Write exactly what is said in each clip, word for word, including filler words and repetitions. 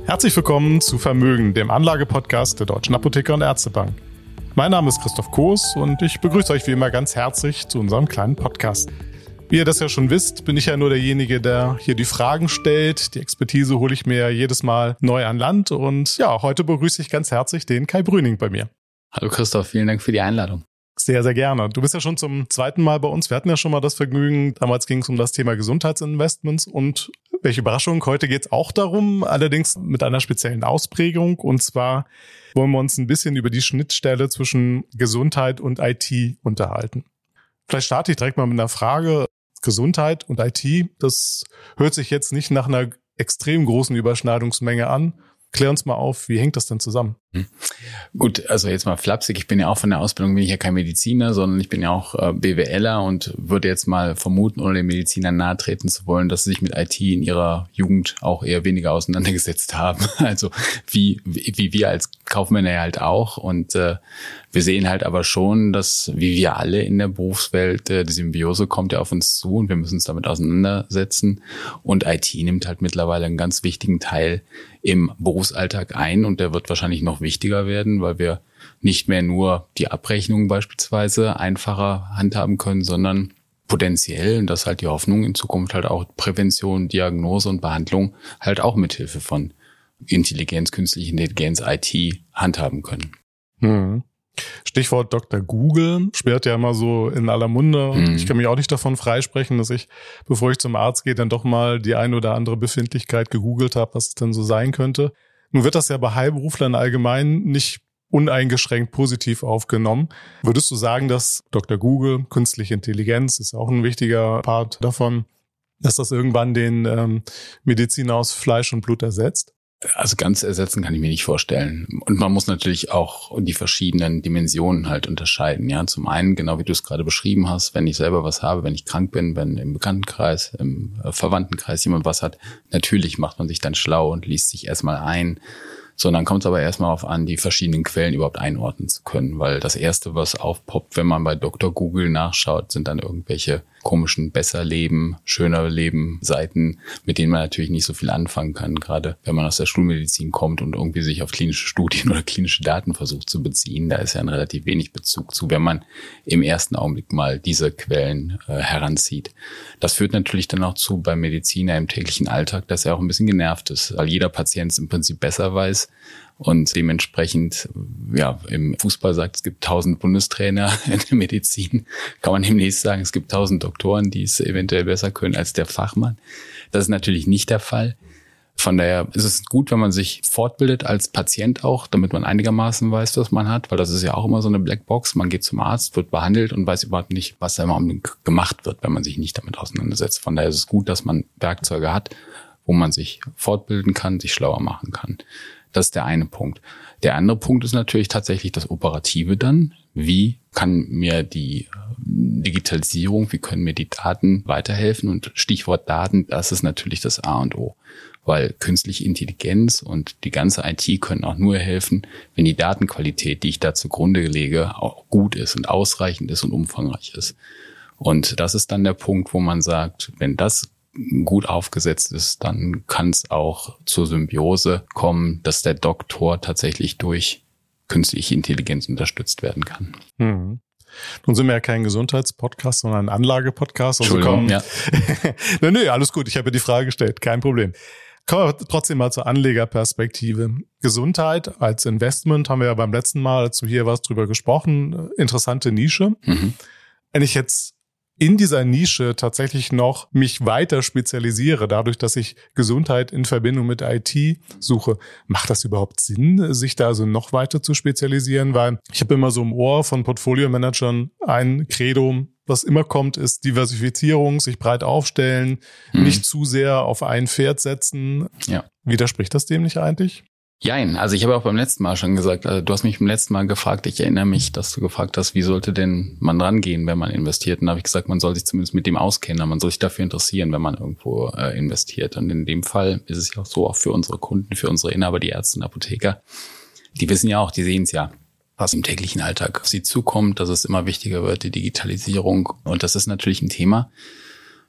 Herzlich willkommen zu Vermögen, dem Anlagepodcast der Deutschen Apotheker und Ärztebank. Mein Name ist Christoph Koos und ich begrüße euch wie immer ganz herzlich zu unserem kleinen Podcast. Wie ihr das ja schon wisst, bin ich ja nur derjenige, der hier die Fragen stellt. Die Expertise hole ich mir jedes Mal neu an Land. Und ja, heute begrüße ich ganz herzlich den Kai Brüning bei mir. Hallo Christoph, vielen Dank für die Einladung. Sehr, sehr gerne. Du bist ja schon zum zweiten Mal bei uns. Wir hatten ja schon mal das Vergnügen. Damals ging es um das Thema Gesundheitsinvestments und welche Überraschung, heute geht es auch darum, allerdings mit einer speziellen Ausprägung. Und zwar wollen wir uns ein bisschen über die Schnittstelle zwischen Gesundheit und I T unterhalten. Vielleicht starte ich direkt mal mit einer Frage. Gesundheit und I T, das hört sich jetzt nicht nach einer extrem großen Überschneidungsmenge an. Klär uns mal auf, wie hängt das denn zusammen? Hm. Gut, also jetzt mal flapsig, ich bin ja auch von der Ausbildung, bin ich ja kein Mediziner, sondern ich bin ja auch äh, BWLer und würde jetzt mal vermuten, ohne den Medizinern nahe treten zu wollen, dass sie sich mit I T in ihrer Jugend auch eher weniger auseinandergesetzt haben. Also wie wie wir als Kaufmänner ja halt auch. Und äh, wir sehen halt aber schon, dass, wie wir alle in der Berufswelt, äh, die Symbiose kommt ja auf uns zu und wir müssen uns damit auseinandersetzen. Und I T nimmt halt mittlerweile einen ganz wichtigen Teil im Berufsalltag ein und der wird wahrscheinlich noch wichtiger werden, weil wir nicht mehr nur die Abrechnung beispielsweise einfacher handhaben können, sondern potenziell, und das ist halt die Hoffnung, in Zukunft halt auch Prävention, Diagnose und Behandlung halt auch mithilfe von Intelligenz, künstliche Intelligenz, I T handhaben können. Hm. Stichwort Doktor Google sperrt ja immer so in aller Munde. Hm. Ich kann mich auch nicht davon freisprechen, dass ich, bevor ich zum Arzt gehe, dann doch mal die ein oder andere Befindlichkeit gegoogelt habe, was es denn so sein könnte. Nun wird das ja bei Heilberuflern allgemein nicht uneingeschränkt positiv aufgenommen. Würdest du sagen, dass Doktor Google, künstliche Intelligenz, ist auch ein wichtiger Part davon, dass das irgendwann den ähm, Mediziner aus Fleisch und Blut ersetzt? Also ganz ersetzen kann ich mir nicht vorstellen. Und man muss natürlich auch die verschiedenen Dimensionen halt unterscheiden. Ja, zum einen, genau wie du es gerade beschrieben hast, wenn ich selber was habe, wenn ich krank bin, wenn im Bekanntenkreis, im Verwandtenkreis jemand was hat, natürlich macht man sich dann schlau und liest sich erstmal ein. So, dann kommt es aber erstmal darauf an, die verschiedenen Quellen überhaupt einordnen zu können, weil das Erste, was aufpoppt, wenn man bei Doktor Google nachschaut, sind dann irgendwelche komischen Besser-Leben, Schöner-Leben-Seiten, mit denen man natürlich nicht so viel anfangen kann, gerade wenn man aus der Schulmedizin kommt und irgendwie sich auf klinische Studien oder klinische Daten versucht zu beziehen. Da ist ja ein relativ wenig Bezug zu, wenn man im ersten Augenblick mal diese Quellen äh, heranzieht. Das führt natürlich dann auch zu beim Mediziner im täglichen Alltag, dass er auch ein bisschen genervt ist, weil jeder Patient es im Prinzip besser weiß. Und dementsprechend, ja, im Fußball sagt, es gibt tausend Bundestrainer, in der Medizin kann man demnächst sagen, es gibt tausend Doktoren, die es eventuell besser können als der Fachmann. Das ist natürlich nicht der Fall. Von daher ist es gut, wenn man sich fortbildet als Patient auch, damit man einigermaßen weiß, was man hat, weil das ist ja auch immer so eine Blackbox. Man geht zum Arzt, wird behandelt und weiß überhaupt nicht, was da immer gemacht wird, wenn man sich nicht damit auseinandersetzt. Von daher ist es gut, dass man Werkzeuge hat, wo man sich fortbilden kann, sich schlauer machen kann. Das ist der eine Punkt. Der andere Punkt ist natürlich tatsächlich das Operative dann. Wie kann mir die Digitalisierung, wie können mir die Daten weiterhelfen? Und Stichwort Daten, das ist natürlich das A und O. Weil künstliche Intelligenz und die ganze I T können auch nur helfen, wenn die Datenqualität, die ich da zugrunde lege, auch gut ist und ausreichend ist und umfangreich ist. Und das ist dann der Punkt, wo man sagt, wenn das gut aufgesetzt ist, dann kann es auch zur Symbiose kommen, dass der Doktor tatsächlich durch künstliche Intelligenz unterstützt werden kann. Hm. Nun sind wir ja kein Gesundheitspodcast, sondern ein Anlagepodcast. Also Entschuldigung, ja. nö, nö, alles gut, ich habe ja die Frage gestellt, kein Problem. Kommen wir trotzdem mal zur Anlegerperspektive. Gesundheit als Investment haben wir ja beim letzten Mal, als du hier warst, drüber gesprochen. Interessante Nische. Mhm. Wenn ich jetzt in dieser Nische tatsächlich noch mich weiter spezialisiere, dadurch, dass ich Gesundheit in Verbindung mit I T suche, macht das überhaupt Sinn, sich da also noch weiter zu spezialisieren? Weil ich habe immer so im Ohr von Portfolio-Managern ein Credo, was immer kommt, ist Diversifizierung, sich breit aufstellen, hm. nicht zu sehr auf ein Pferd setzen. Ja. Widerspricht das dem nicht eigentlich? Jein, also ich habe auch beim letzten Mal schon gesagt, also du hast mich beim letzten Mal gefragt, ich erinnere mich, dass du gefragt hast, wie sollte denn man rangehen, wenn man investiert? Und da habe ich gesagt, man soll sich zumindest mit dem auskennen, man soll sich dafür interessieren, wenn man irgendwo äh, investiert. Und in dem Fall ist es ja auch so, auch für unsere Kunden, für unsere Inhaber, die Ärzte und Apotheker, die wissen ja auch, die sehen es ja, was im täglichen Alltag auf sie zukommt, dass es immer wichtiger wird, die Digitalisierung. Und das ist natürlich ein Thema,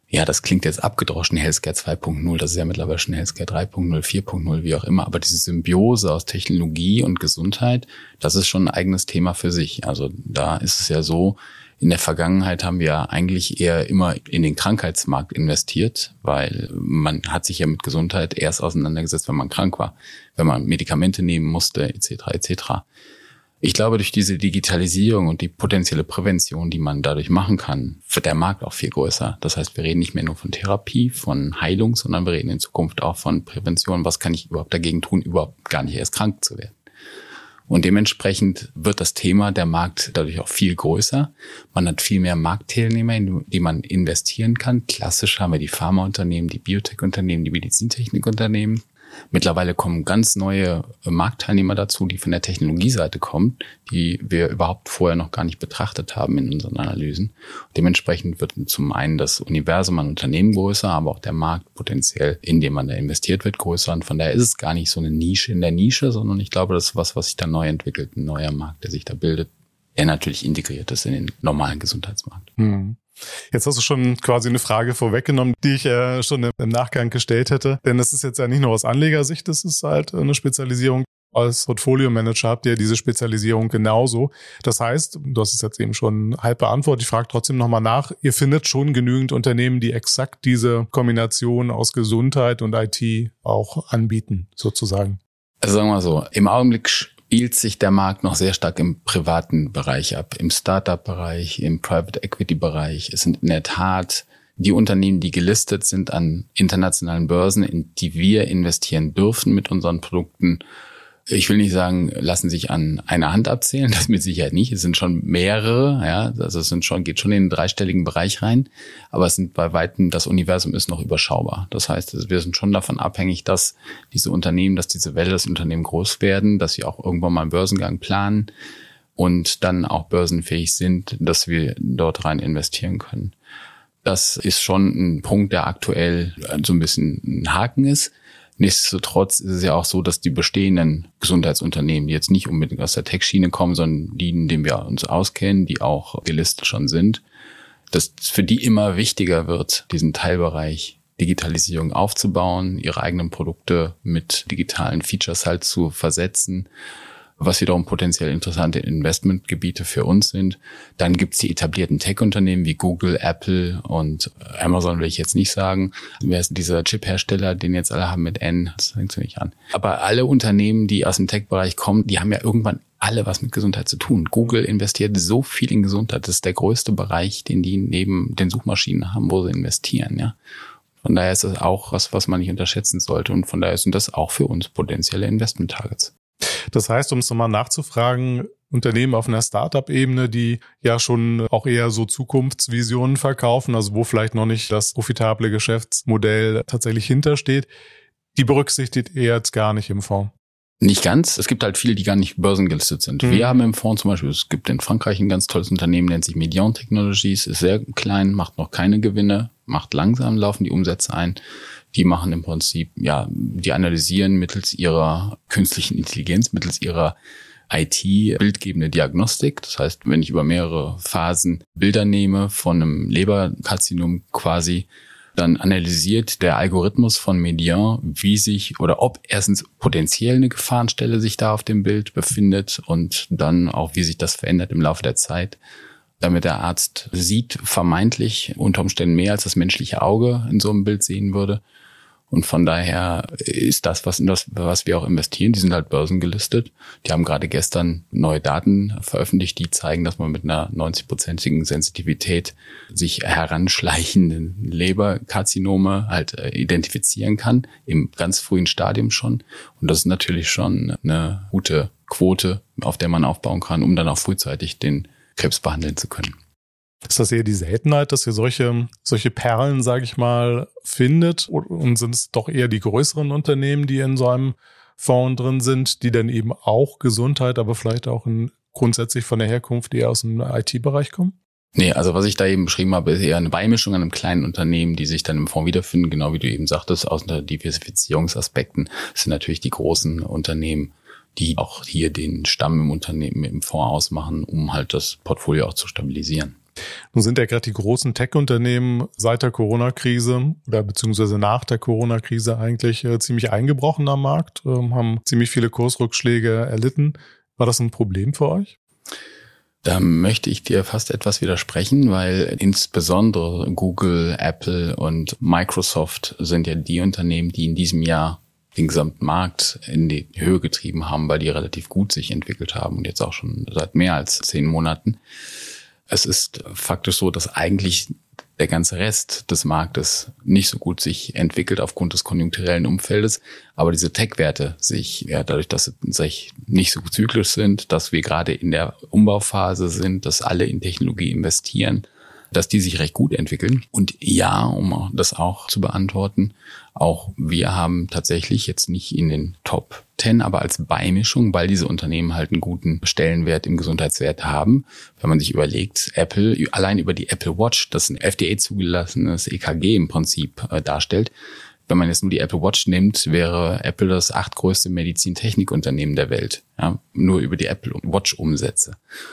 Ja, das klingt jetzt abgedroschen, Healthcare zwei Punkt null, das ist ja mittlerweile schon Healthcare drei Punkt null, vier Punkt null, wie auch immer. Aber diese Symbiose aus Technologie und Gesundheit, das ist schon ein eigenes Thema für sich. Also da ist es ja so, in der Vergangenheit haben wir eigentlich eher immer in den Krankheitsmarkt investiert, weil man hat sich ja mit Gesundheit erst auseinandergesetzt, wenn man krank war, wenn man Medikamente nehmen musste, et cetera et cetera. Ich glaube, durch diese Digitalisierung und die potenzielle Prävention, die man dadurch machen kann, wird der Markt auch viel größer. Das heißt, wir reden nicht mehr nur von Therapie, von Heilung, sondern wir reden in Zukunft auch von Prävention. Was kann ich überhaupt dagegen tun, überhaupt gar nicht erst krank zu werden? Und dementsprechend wird das Thema, der Markt dadurch auch viel größer. Man hat viel mehr Marktteilnehmer, in die man investieren kann. Klassisch haben wir die Pharmaunternehmen, die Biotech-Unternehmen, die Medizintechnikunternehmen. Mittlerweile kommen ganz neue Marktteilnehmer dazu, die von der Technologieseite kommen, die wir überhaupt vorher noch gar nicht betrachtet haben in unseren Analysen. Dementsprechend wird zum einen das Universum an Unternehmen größer, aber auch der Markt potenziell, in dem man da investiert wird, größer. Und von daher ist es gar nicht so eine Nische in der Nische, sondern ich glaube, das ist was, was sich da neu entwickelt, ein neuer Markt, der sich da bildet, der natürlich integriert ist in den normalen Gesundheitsmarkt. Hm. Jetzt hast du schon quasi eine Frage vorweggenommen, die ich äh, schon im Nachgang gestellt hätte. Denn das ist jetzt ja nicht nur aus Anlegersicht, das ist halt eine Spezialisierung. Als Portfolio-Manager habt ihr diese Spezialisierung genauso. Das heißt, du hast es jetzt eben schon halb beantwortet, ich frage trotzdem nochmal nach, ihr findet schon genügend Unternehmen, die exakt diese Kombination aus Gesundheit und I T auch anbieten, sozusagen. Also sagen wir mal so, im Augenblick spielt sich der Markt noch sehr stark im privaten Bereich ab, im Startup-Bereich, im Private-Equity-Bereich. Es sind in der Tat die Unternehmen, die gelistet sind an internationalen Börsen, in die wir investieren dürfen mit unseren Produkten. Ich will nicht sagen, lassen sich an einer Hand abzählen, das mit Sicherheit nicht. Es sind schon mehrere, ja, also es sind schon, geht schon in den dreistelligen Bereich rein, aber es sind bei weitem, das Universum ist noch überschaubar. Das heißt, wir sind schon davon abhängig, dass diese Unternehmen, dass diese Welle des Unternehmen groß werden, dass sie auch irgendwann mal einen Börsengang planen und dann auch börsenfähig sind, dass wir dort rein investieren können. Das ist schon ein Punkt, der aktuell so ein bisschen ein Haken ist. Nichtsdestotrotz ist es ja auch so, dass die bestehenden Gesundheitsunternehmen, die jetzt nicht unbedingt aus der Tech-Schiene kommen, sondern die, in denen wir uns auskennen, die auch gelistet schon sind, dass es für die immer wichtiger wird, diesen Teilbereich Digitalisierung aufzubauen, ihre eigenen Produkte mit digitalen Features halt zu versetzen, was wiederum potenziell interessante Investmentgebiete für uns sind. Dann gibt's die etablierten Tech-Unternehmen wie Google, Apple und Amazon will ich jetzt nicht sagen. Wer ist dieser Chip-Hersteller, den jetzt alle haben mit N? Das fängt so nicht an. Aber alle Unternehmen, die aus dem Tech-Bereich kommen, die haben ja irgendwann alle was mit Gesundheit zu tun. Google investiert so viel in Gesundheit. Das ist der größte Bereich, den die neben den Suchmaschinen haben, wo sie investieren, ja. Von daher ist das auch was, was man nicht unterschätzen sollte. Und von daher sind das auch für uns potenzielle Investment-Targets. Das heißt, um es nochmal nachzufragen, Unternehmen auf einer Startup-Ebene, die ja schon auch eher so Zukunftsvisionen verkaufen, also wo vielleicht noch nicht das profitable Geschäftsmodell tatsächlich hintersteht, die berücksichtigt ihr jetzt gar nicht im Fonds. Nicht ganz. Es gibt halt viele, die gar nicht börsengelistet sind. Mhm. Wir haben im Fonds zum Beispiel, es gibt in Frankreich ein ganz tolles Unternehmen, nennt sich Medion Technologies, ist sehr klein, macht noch keine Gewinne, macht langsam, laufen die Umsätze ein. Die machen im Prinzip, ja, die analysieren mittels ihrer künstlichen Intelligenz, mittels ihrer I T bildgebende Diagnostik. Das heißt, wenn ich über mehrere Phasen Bilder nehme von einem Leberkarzinom quasi, dann analysiert der Algorithmus von Medion, wie sich oder ob erstens potenziell eine Gefahrenstelle sich da auf dem Bild befindet und dann auch, wie sich das verändert im Laufe der Zeit, damit der Arzt sieht, vermeintlich unter Umständen mehr als das menschliche Auge in so einem Bild sehen würde. Und von daher ist das, was in das, was wir auch investieren, die sind halt börsengelistet. Die haben gerade gestern neue Daten veröffentlicht, die zeigen, dass man mit einer neunzig-prozentigen Sensitivität sich heranschleichende Leberkarzinome halt identifizieren kann, im ganz frühen Stadium schon. Und das ist natürlich schon eine gute Quote, auf der man aufbauen kann, um dann auch frühzeitig den Krebs behandeln zu können. Ist das eher die Seltenheit, dass ihr solche solche Perlen, sage ich mal, findet? Und sind es doch eher die größeren Unternehmen, die in so einem Fonds drin sind, die dann eben auch Gesundheit, aber vielleicht auch in, grundsätzlich von der Herkunft eher aus dem I T-Bereich kommen? Nee, also was ich da eben beschrieben habe, ist eher eine Beimischung an einem kleinen Unternehmen, die sich dann im Fonds wiederfinden, genau wie du eben sagtest, aus unter Diversifizierungsaspekten. Das sind natürlich die großen Unternehmen, die auch hier den Stamm im Unternehmen im Fonds ausmachen, um halt das Portfolio auch zu stabilisieren. Nun sind ja gerade die großen Tech-Unternehmen seit der Corona-Krise oder beziehungsweise nach der Corona-Krise eigentlich äh, ziemlich eingebrochen am Markt, äh, haben ziemlich viele Kursrückschläge erlitten. War das ein Problem für euch? Da möchte ich dir fast etwas widersprechen, weil insbesondere Google, Apple und Microsoft sind ja die Unternehmen, die in diesem Jahr den gesamten Markt in die Höhe getrieben haben, weil die relativ gut sich entwickelt haben und jetzt auch schon seit mehr als zehn Monaten. Es ist faktisch so, dass eigentlich der ganze Rest des Marktes nicht so gut sich entwickelt aufgrund des konjunkturellen Umfeldes, aber diese Tech-Werte sich, ja, dadurch, dass sie sich nicht so zyklisch sind, dass wir gerade in der Umbauphase sind, dass alle in Technologie investieren, dass die sich recht gut entwickeln. Und ja, um das auch zu beantworten, auch wir haben tatsächlich jetzt nicht in den Top zehn, aber als Beimischung, weil diese Unternehmen halt einen guten Stellenwert im Gesundheitswert haben. Wenn man sich überlegt, Apple, allein über die Apple Watch, das ein F D A-zugelassenes E K G im Prinzip äh, darstellt, wenn man jetzt nur die Apple Watch nimmt, wäre Apple das achtgrößte Medizintechnikunternehmen der Welt. Ja, nur über die Apple Watch-Umsätze.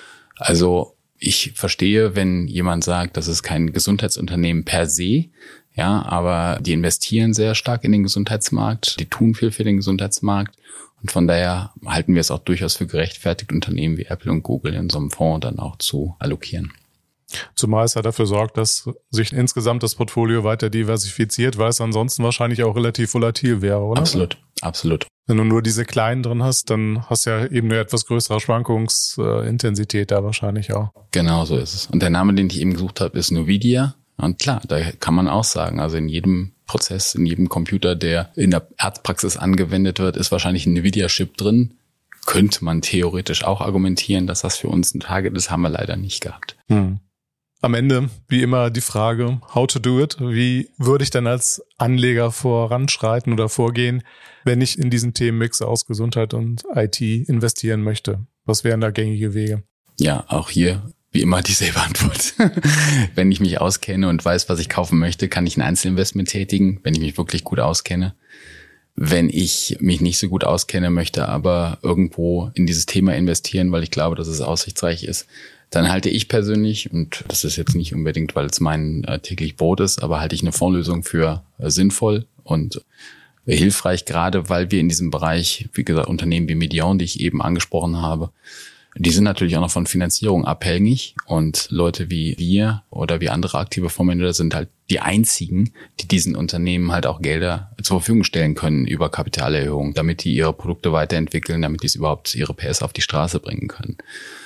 Also ich verstehe, wenn jemand sagt, das ist kein Gesundheitsunternehmen per se, ja, aber die investieren sehr stark in den Gesundheitsmarkt, die tun viel für den Gesundheitsmarkt und von daher halten wir es auch durchaus für gerechtfertigt, Unternehmen wie Apple und Google in so einem Fonds dann auch zu allokieren. Zumal es ja dafür sorgt, dass sich insgesamt das Portfolio weiter diversifiziert, weil es ansonsten wahrscheinlich auch relativ volatil wäre, oder? Absolut, absolut. Wenn du nur diese kleinen drin hast, dann hast du ja eben eine etwas größere Schwankungsintensität da wahrscheinlich auch. Genau so ist es. Und der Name, den ich eben gesucht habe, ist Nvidia. Und klar, da kann man auch sagen, also in jedem Prozess, in jedem Computer, der in der Arztpraxis angewendet wird, ist wahrscheinlich ein Nvidia-Chip drin. Könnte man theoretisch auch argumentieren, dass das für uns ein Target ist, haben wir leider nicht gehabt. Hm. Am Ende, wie immer, die Frage, how to do it? Wie würde ich denn als Anleger voranschreiten oder vorgehen, wenn ich in diesen Themenmix aus Gesundheit und I T investieren möchte? Was wären da gängige Wege? Ja, auch hier wie immer dieselbe Antwort. Wenn ich mich auskenne und weiß, was ich kaufen möchte, kann ich ein Einzelinvestment tätigen, wenn ich mich wirklich gut auskenne. Wenn ich mich nicht so gut auskenne, möchte aber irgendwo in dieses Thema investieren, weil ich glaube, dass es aussichtsreich ist, dann halte ich persönlich, und das ist jetzt nicht unbedingt, weil es mein äh, täglich Brot ist, aber halte ich eine Fondslösung für äh, sinnvoll und äh, hilfreich, gerade weil wir in diesem Bereich, wie gesagt, Unternehmen wie Medion, die ich eben angesprochen habe, die sind natürlich auch noch von Finanzierung abhängig und Leute wie wir oder wie andere aktive Fondsmanager sind halt die einzigen, die diesen Unternehmen halt auch Gelder zur Verfügung stellen können über Kapitalerhöhung, damit die ihre Produkte weiterentwickeln, damit die es überhaupt ihre P S auf die Straße bringen können.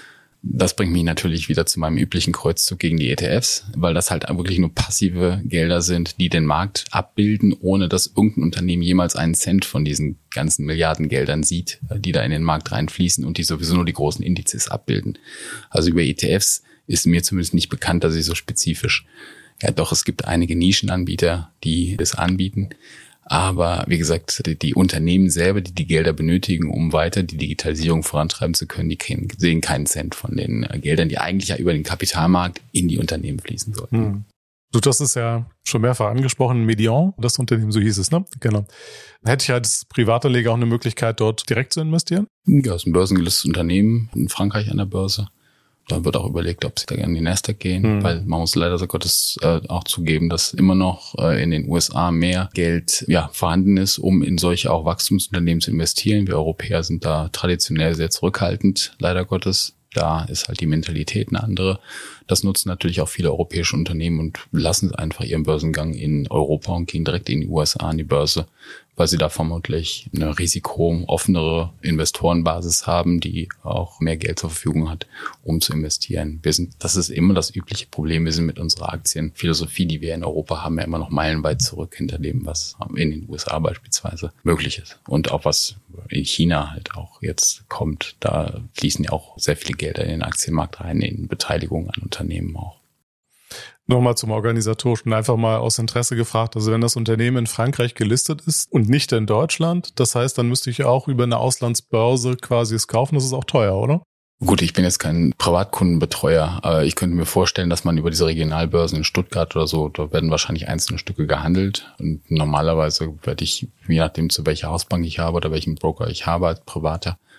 Das bringt mich natürlich wieder zu meinem üblichen Kreuzzug gegen die E T Fs, weil das halt wirklich nur passive Gelder sind, die den Markt abbilden, ohne dass irgendein Unternehmen jemals einen Cent von diesen ganzen Milliardengeldern sieht, die da in den Markt reinfließen und die sowieso nur die großen Indizes abbilden. Also über E T Fs ist mir zumindest nicht bekannt, dass sie so spezifisch, ja doch, es gibt einige Nischenanbieter, die das anbieten. Aber wie gesagt, die, die Unternehmen selber, die die Gelder benötigen, um weiter die Digitalisierung vorantreiben zu können, die kriegen, sehen keinen Cent von den Geldern, die eigentlich ja über den Kapitalmarkt in die Unternehmen fließen sollten. Hm. Du hast es ja schon mehrfach angesprochen, Medion, das Unternehmen, so hieß es, ne? Genau. Hätte ich als Privatanleger auch eine Möglichkeit, dort direkt zu investieren? Ja, es ist ein börsengelistetes Unternehmen in Frankreich an der Börse. Da wird auch überlegt, ob sie da gerne in die Nasdaq gehen, hm. weil man muss leider so Gottes äh, auch zugeben, dass immer noch äh, in den U S A mehr Geld ja vorhanden ist, um in solche auch Wachstumsunternehmen zu investieren. Wir Europäer sind da traditionell sehr zurückhaltend, leider Gottes. Da ist halt die Mentalität eine andere. Das nutzen natürlich auch viele europäische Unternehmen und lassen einfach ihren Börsengang in Europa und gehen direkt in die U S A an die Börse, weil sie da vermutlich eine risikooffenere Investorenbasis haben, die auch mehr Geld zur Verfügung hat, um zu investieren. Wir sind, das ist immer das übliche Problem. Wir sind mit unserer Aktienphilosophie, die wir in Europa haben, ja immer noch meilenweit zurück hinter dem, was in den U S A beispielsweise möglich ist. Und auch was in China halt auch jetzt kommt. Da fließen ja auch sehr viele Gelder in den Aktienmarkt rein, in Beteiligungen an Unternehmen auch. Nochmal zum Organisatorischen, einfach mal aus Interesse gefragt. Also wenn das Unternehmen in Frankreich gelistet ist und nicht in Deutschland, das heißt, dann müsste ich auch über eine Auslandsbörse quasi es kaufen. Das ist auch teuer, oder? Gut, ich bin jetzt kein Privatkundenbetreuer, aber ich könnte mir vorstellen, dass man über diese Regionalbörsen in Stuttgart oder so, da werden wahrscheinlich einzelne Stücke gehandelt. Und normalerweise werde ich, je nachdem zu welcher Hausbank ich habe oder welchen Broker ich habe als Privater,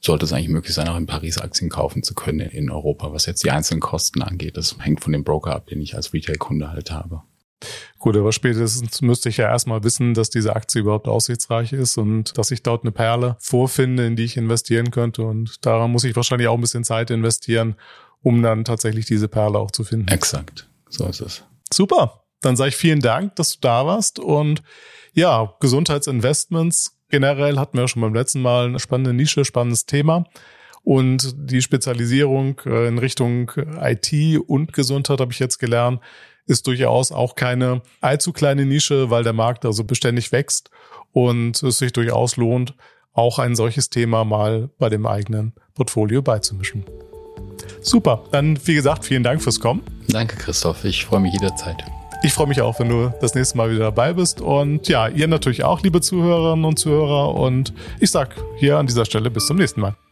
sollte es eigentlich möglich sein, auch in Paris Aktien kaufen zu können in Europa. Was jetzt die einzelnen Kosten angeht, das hängt von dem Broker ab, den ich als Retail-Kunde halt habe. Gut, aber spätestens müsste ich ja erstmal wissen, dass diese Aktie überhaupt aussichtsreich ist und dass ich dort eine Perle vorfinde, in die ich investieren könnte. Und daran muss ich wahrscheinlich auch ein bisschen Zeit investieren, um dann tatsächlich diese Perle auch zu finden. Exakt, so ist es. Super, dann sage ich vielen Dank, dass du da warst. Und ja, Gesundheitsinvestments generell hatten wir schon beim letzten Mal eine spannende Nische, spannendes Thema. Und die Spezialisierung in Richtung I T und Gesundheit, habe ich jetzt gelernt, ist durchaus auch keine allzu kleine Nische, weil der Markt also beständig wächst und es sich durchaus lohnt, auch ein solches Thema mal bei dem eigenen Portfolio beizumischen. Super, dann wie gesagt, vielen Dank fürs Kommen. Danke, Christoph, ich freue mich jederzeit. Ich freue mich auch, wenn du das nächste Mal wieder dabei bist und ja, ihr natürlich auch, liebe Zuhörerinnen und Zuhörer, und ich sag hier an dieser Stelle bis zum nächsten Mal.